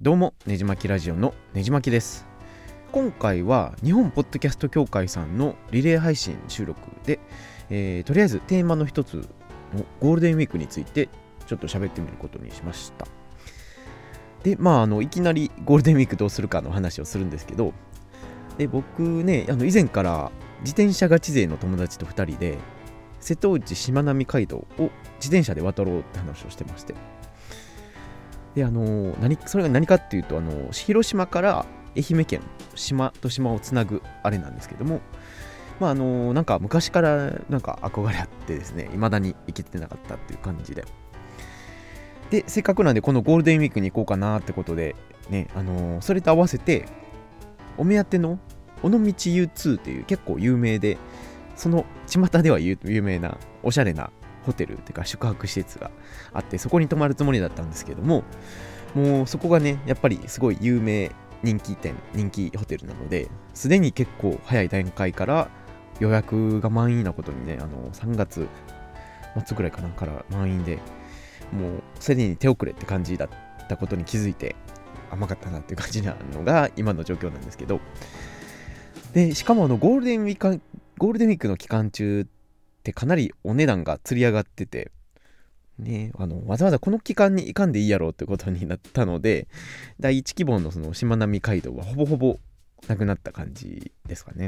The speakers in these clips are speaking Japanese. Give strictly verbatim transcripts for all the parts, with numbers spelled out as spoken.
どうもねじまきラジオのねじまきです。今回は日本ポッドキャスト協会さんのリレー配信収録で、えー、とりあえずテーマの一つのゴールデンウィークについてちょっと喋ってみることにしました。でまああのいきなりゴールデンウィークどうするかの話をするんですけど、で僕ねあの以前から自転車ガチ勢の友達とふたりで瀬戸内しまなみ海道を自転車で渡ろうって話をしてまして、であの何それが何かっていうと、あの広島から愛媛県島と島をつなぐあれなんですけども、まああのなんか昔からなんか憧れあってですね、未だに行けてなかったっていう感じで、でせっかくなんでこのゴールデンウィークに行こうかなってことでね、あのそれと合わせてお目当ての尾道 ユーツー っていう結構有名で、その巷では有名なおしゃれなホテルっていうか宿泊施設があって、そこに泊まるつもりだったんですけども、もうそこがねやっぱりすごい有名人気店人気ホテルなので、すでに結構早い段階から予約が満員なことにね、あのさんがつ末ぐらいかなから満員で、もうすでに手遅れって感じだったことに気づいて、甘かったなっていう感じなのが今の状況なんですけど、でしかもあのゴールデンウィークゴールデンウィークの期間中ってかなりお値段がつり上がっててね、あのわざわざこの期間に行かんでいいやろうってことになったので、だいいち希望のそのしまなみ海道はほぼほぼなくなった感じですかね。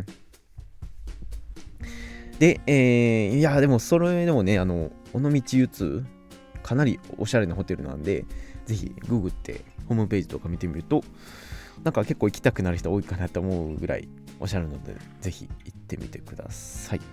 で、えー、いやでもそれでもね、あの尾道 ユーツー かなりおしゃれなホテルなんで、ぜひググってホームページとか見てみると、なんか結構行きたくなる人多いかなと思うぐらいおしゃれなので、ぜひ行ってみてください。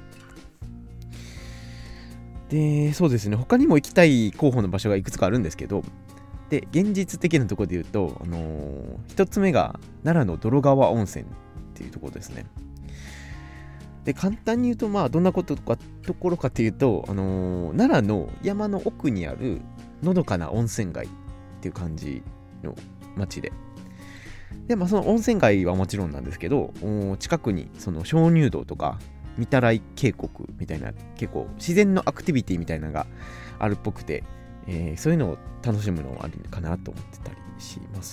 でそうですね、他にも行きたい候補の場所がいくつかあるんですけど、で現実的なところで言うと、あのー、一つ目が奈良の泥川温泉っていうところですね。で簡単に言うと、まあどんなことかところかというと、あのー、奈良の山の奥にあるのどかな温泉街っていう感じの町で、で、まあ、その温泉街はもちろんなんですけど、近くにその鍾乳洞とか御手洗渓谷みたいな結構自然のアクティビティみたいなのがあるっぽくて、えー、そういうのを楽しむのもあるかなと思ってたりします。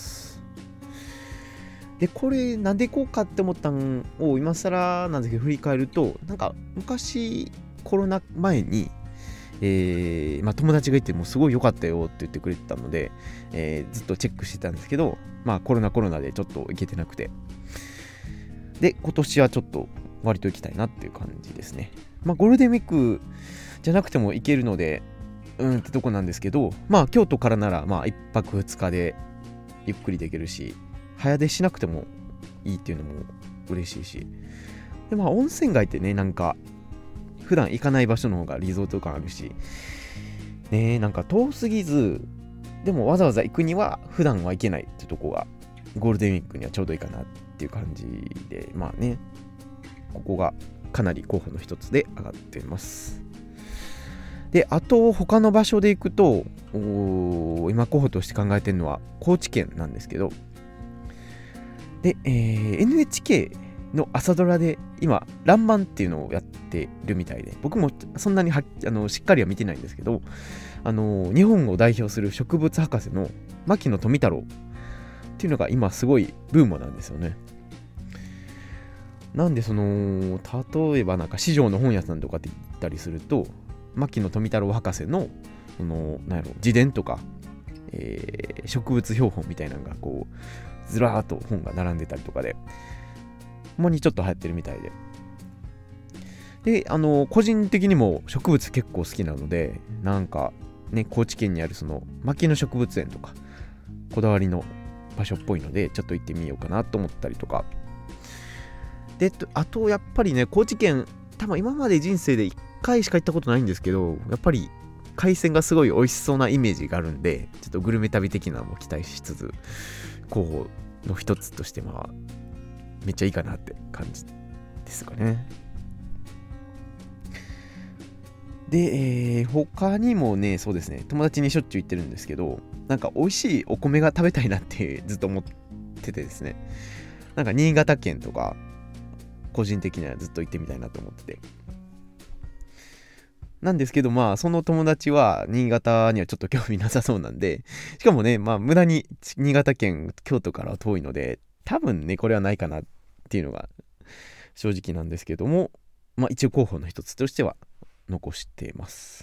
でこれなんで行こうかって思ったのを今更なんですけど振り返ると、なんか昔コロナ前に、えーまあ、友達がいてもすごい良かったよって言ってくれてたので、えー、ずっとチェックしてたんですけど、まあコロナコロナでちょっと行けてなくて、で今年はちょっと割と行きたいなっていう感じですね。まあゴールデンウィークじゃなくても行けるのでうんってとこなんですけど、まあ京都からならまあいっぱくふつかでゆっくりできるし、早出しなくてもいいっていうのも嬉しいし、でまあ温泉街ってね、なんか普段行かない場所の方がリゾート感あるしね、なんか遠すぎずでもわざわざ行くには普段は行けないってとこがゴールデンウィークにはちょうどいいかなっていう感じで、まあねここがかなり候補の一つで上がっています。であと他の場所で行くと、今候補として考えてるのは高知県なんですけど、で、えー、エヌエイチケー の朝ドラで今らんまんっていうのをやってるみたいで、僕もそんなにはあのしっかりは見てないんですけど、あの日本を代表する植物博士の牧野富太郎っていうのが今すごいブームなんですよね。なんでその例えばなんか市場の本屋さんとかって言ったりすると、牧野富太郎博士のそのなんやろ自伝とか、えー、植物標本みたいなのがこうずらーっと本が並んでたりとかで、ほんまにちょっと流行ってるみたいで、であの個人的にも植物結構好きなので、なんかね高知県にあるその牧野植物園とかこだわりの場所っぽいのでちょっと行ってみようかなと思ったりとかで、あとやっぱりね高知県多分今まで人生でいっかいしか行ったことないんですけど、やっぱり海鮮がすごい美味しそうなイメージがあるんで、ちょっとグルメ旅的なのも期待しつつ候補の一つとしてまあめっちゃいいかなって感じですかね。で、えー、他にもねそうですね、友達にしょっちゅう行ってるんですけど、なんか美味しいお米が食べたいなってずっと思っててですね、なんか新潟県とか個人的にはずっと行ってみたいなと思ってて、 なんですけど、まあその友達は新潟にはちょっと興味なさそうなんで、しかもね、まあ無駄に新潟県京都からは遠いので、多分ねこれはないかなっていうのが正直なんですけども、まあ一応候補の一つとしては残しています。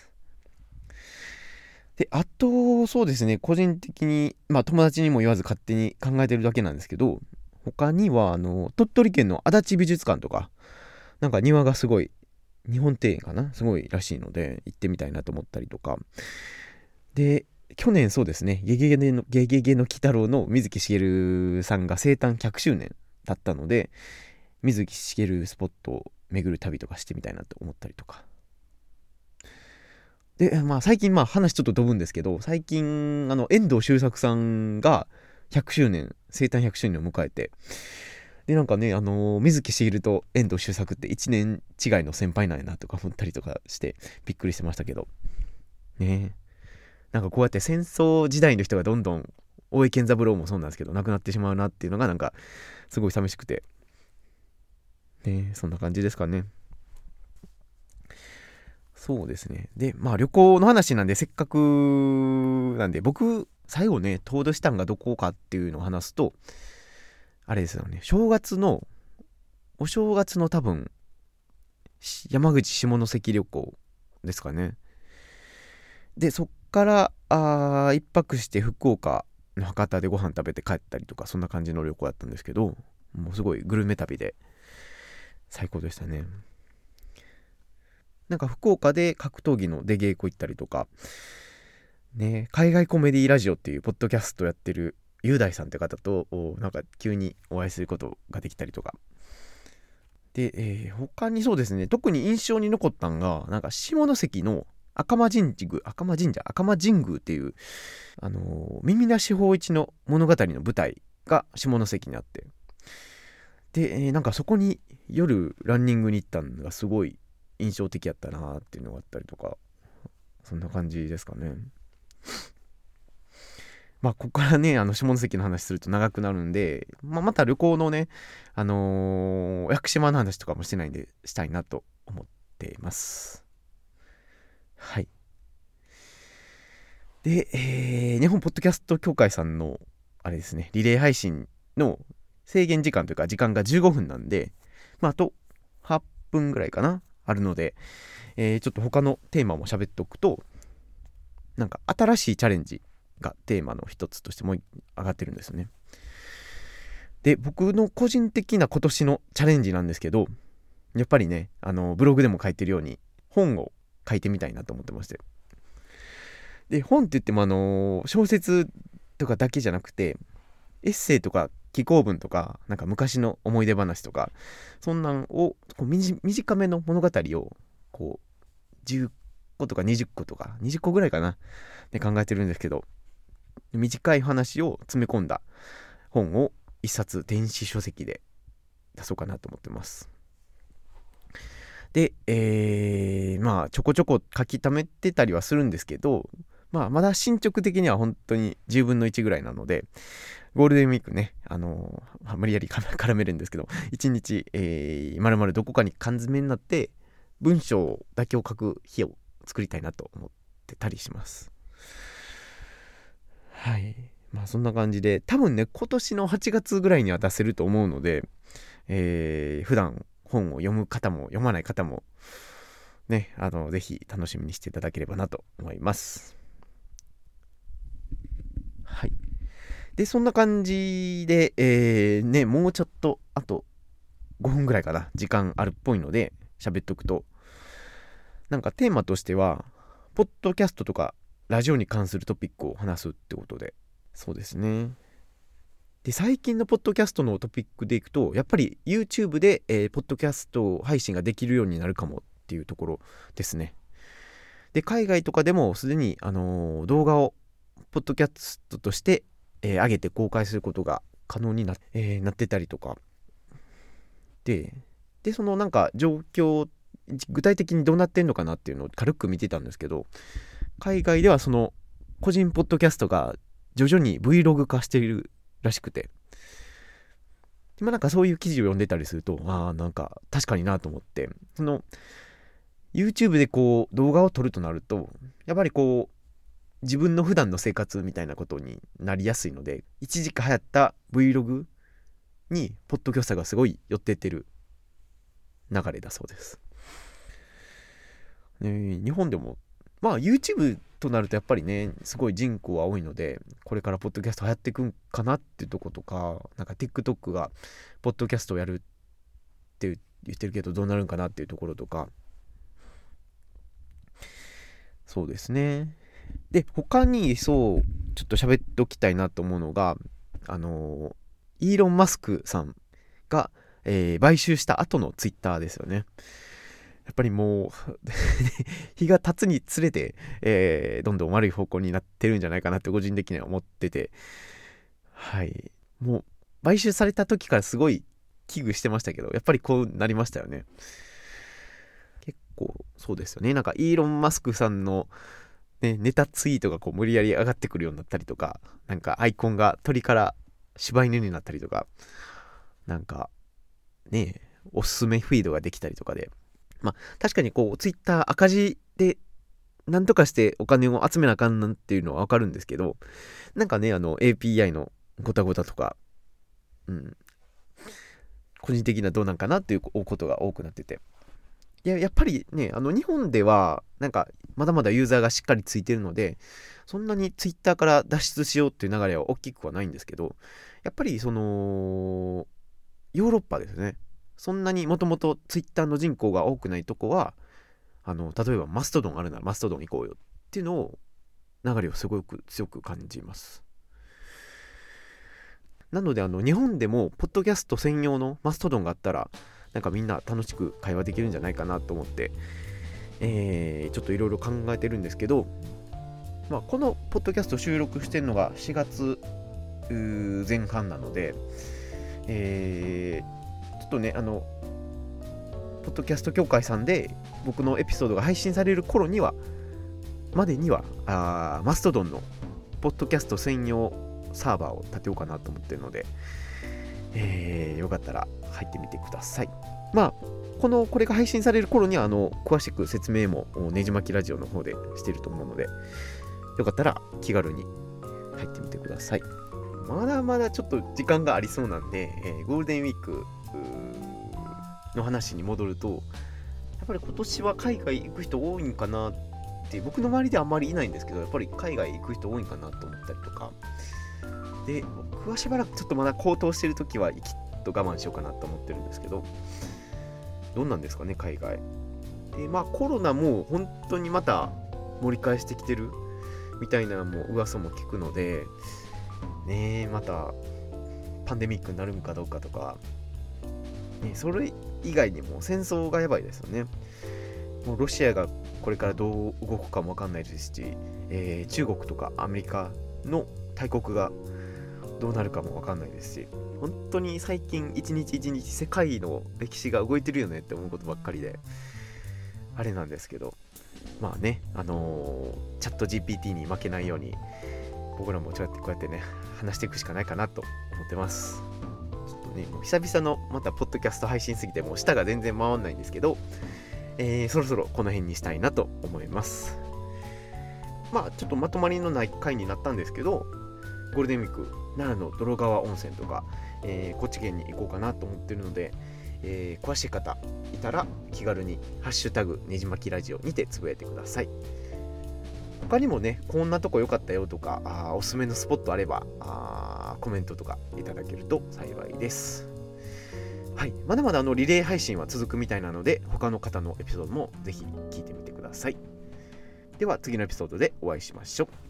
で、あとそうですね、個人的にまあ友達にも言わず勝手に考えてるだけなんですけど、他にはあの鳥取県の足立美術館とか、なんか庭がすごい日本庭園かな、すごいらしいので行ってみたいなと思ったりとかで、去年そうですね、ゲゲゲのゲゲゲの鬼太郎の水木しげるさんが生誕ひゃくしゅうねんだったので、水木しげるスポットを巡る旅とかしてみたいなと思ったりとかで、まあ最近まあ話ちょっと飛ぶんですけど、最近あの遠藤周作さんがひゃくしゅうねん生誕ひゃくしゅうねんを迎えて、でなんかね、あのー水木しげると遠藤周作っていちねん違いの先輩なんやなとか思ったりとかしてびっくりしてましたけどね。なんかこうやって戦争時代の人がどんどん、大江健三郎もそうなんですけど亡くなってしまうなっていうのがなんかすごい寂しくてね、そんな感じですかね。そうですね。でまあ旅行の話なんで、せっかくなんで僕最後ね遠出したんがどこかっていうのを話すと、あれですよね、正月のお正月の多分山口下関旅行ですかね。でそっからあ一泊して福岡の博多でご飯食べて帰ったりとか、そんな感じの旅行だったんですけど、もうすごいグルメ旅で最高でしたね。なんか福岡で格闘技の出稽古行ったりとかね、海外コメディラジオっていうポッドキャストやってる雄大さんって方となんか急にお会いすることができたりとかで、えー他にそうですね、特に印象に残ったんが、なんか下関の赤間神宮赤間神社赤間神宮っていう、あのー耳なし芳一の物語の舞台が下関にあって、で、えーなんかそこに夜ランニングに行ったのがすごい印象的やったなっていうのがあったりとか、そんな感じですかね。まあここからね、あの下関の話すると長くなるんで、まあ、また旅行のね、あのー屋久島の話とかもしてないんでしたいなと思っています。はい。で、えー日本ポッドキャスト協会さんのあれですね、リレー配信の制限時間というか時間がじゅうごふんなんで、まあ、あとはっぷんぐらいかなあるので、えーちょっと他のテーマも喋っておくと、なんか新しいチャレンジがテーマの一つとしても上がってるんですよね。で、僕の個人的な今年のチャレンジなんですけど、やっぱりね、あのブログでも書いてるように本を書いてみたいなと思ってまして、で本って言ってもあの小説とかだけじゃなくて、エッセイとか紀行文とか、なんか昔の思い出話とか、そんなんをこう短めの物語をこうじゅっことかにじゅっことかにじゅっこぐらいかなで考えてるんですけど、短い話を詰め込んだ本を一冊電子書籍で出そうかなと思ってます。で、えー、まあちょこちょこ書き溜めてたりはするんですけど、まあまだ進捗的には本当にじゅうぶんのいちぐらいなので、ゴールデンウィークね、あのー、無理やり絡めるんですけど、いちにち、えー、まるまるどこかに缶詰になって文章だけを書く日を作りたいなと思ってたりします。はい。まあそんな感じで、多分ね、今年のはちがつぐらいには出せると思うので、えー、普段本を読む方も読まない方もね、あのぜひ楽しみにしていただければなと思います。はい。でそんな感じで、えー、ねもうちょっとあとごふんぐらいかな時間あるっぽいので喋っとくと、なんかテーマとしてはポッドキャストとかラジオに関するトピックを話すってことで、そうですね。で最近のポッドキャストのトピックでいくと、やっぱり YouTube で、えー、ポッドキャスト配信ができるようになるかもっていうところですね。で海外とかでもすでに、あのー動画をポッドキャストとして、えー上げて公開することが可能にな、えーなってたりとかで、でそのなんか状況具体的にどうなってんのかなっていうのを軽く見てたんですけど、海外ではその個人ポッドキャストが徐々に Vlog 化しているらしくて、今なんかそういう記事を読んでたりすると、ああなんか確かになと思って、その YouTube でこう動画を撮るとなるとやっぱりこう自分の普段の生活みたいなことになりやすいので、一時期流行った Vlog にポッドキャスターがすごい寄ってってる流れだそうです、ね、日本でもまあ YouTube となるとやっぱりねすごい人口は多いので、これからポッドキャスト流行っていくんかなっていうとことか、なんか TikTok がポッドキャストをやるって言ってるけどどうなるんかなっていうところとか、そうですね。で他にそうちょっと喋っておきたいなと思うのが、あのイーロン・マスクさんが、えー、買収した後のツイッターですよね。やっぱりもう日が経つにつれて、えー、どんどん悪い方向になってるんじゃないかなって個人的には思ってて、はいもう買収された時からすごい危惧してましたけど、やっぱりこうなりましたよね。結構そうですよね。なんかイーロン・マスクさんのね、ネタツイートがこう無理やり上がってくるようになったりとか、なんかアイコンが鳥から柴犬になったりとか、なんかねおすすめフィードができたりとかで、まあ確かにこうツイッター赤字でなんとかしてお金を集めなあかんなんていうのはわかるんですけど、なんかねあの エーピーアイ のごたごたとか、うん個人的などうなんかなっていうことが多くなってて、いややっぱりねあの日本ではなんかまだまだユーザーがしっかりついてるので、そんなにツイッターから脱出しようっていう流れは大きくはないんですけど、やっぱりそのヨーロッパですね、そんなにもともとツイッターの人口が多くないとこは、あの例えばマストドンあるならマストドン行こうよっていうのを流れをすごく強く感じます。なのであの日本でもポッドキャスト専用のマストドンがあったらなんかみんな楽しく会話できるんじゃないかなと思って、えー、ちょっといろいろ考えてるんですけど、まあ、このポッドキャスト収録してるのがしがつ前半なので、えー、ちょっとねあのポッドキャスト協会さんで僕のエピソードが配信される頃にはまでにはあマストドンのポッドキャスト専用サーバーを立てようかなと思ってるので、えー、よかったら入ってみてください。まあこのこれが配信される頃にはあの詳しく説明もねじまきラジオの方でしていると思うので、よかったら気軽に入ってみてください。まだまだちょっと時間がありそうなんで、えー、ゴールデンウィークの話に戻ると、やっぱり今年は海外行く人多いんかなって僕の周りではあんまりいないんですけど、やっぱり海外行く人多いんかなと思ったりとかで、僕はしばらくちょっとまだ高騰してるときはきっと我慢しようかなと思ってるんですけど、どうなんですかね海外で。まあコロナも本当にまた盛り返してきてるみたいなもう噂も聞くのでね、えまたパンデミックになるんかどうかとか、ね、それ以外にも戦争がやばいですよね。もうロシアがこれからどう動くかもわかんないですし、えー、中国とかアメリカの大国がどうなるかもわかんないですし、本当に最近一日一日世界の歴史が動いてるよねって思うことばっかりであれなんですけど、まあねあのー、チャット ジーピーティー に負けないように僕らもちょっとこうやってね話していくしかないかなと思ってます。ちょっとねもう久々のまたポッドキャスト配信すぎてもう舌が全然回んないんですけど、えー、そろそろこの辺にしたいなと思います。まあちょっとまとまりのない回になったんですけど、ゴールデンウィーク奈良の泥川温泉とか、えー、高知県に行こうかなと思ってるので、えー、詳しい方いたら気軽にハッシュタグねじまきラジオにてつぶやいてください。他にもねこんなとこ良かったよとかあおすすめのスポットあればあコメントとかいただけると幸いです。はい、まだまだあのリレー配信は続くみたいなので他の方のエピソードもぜひ聞いてみてください。では次のエピソードでお会いしましょう。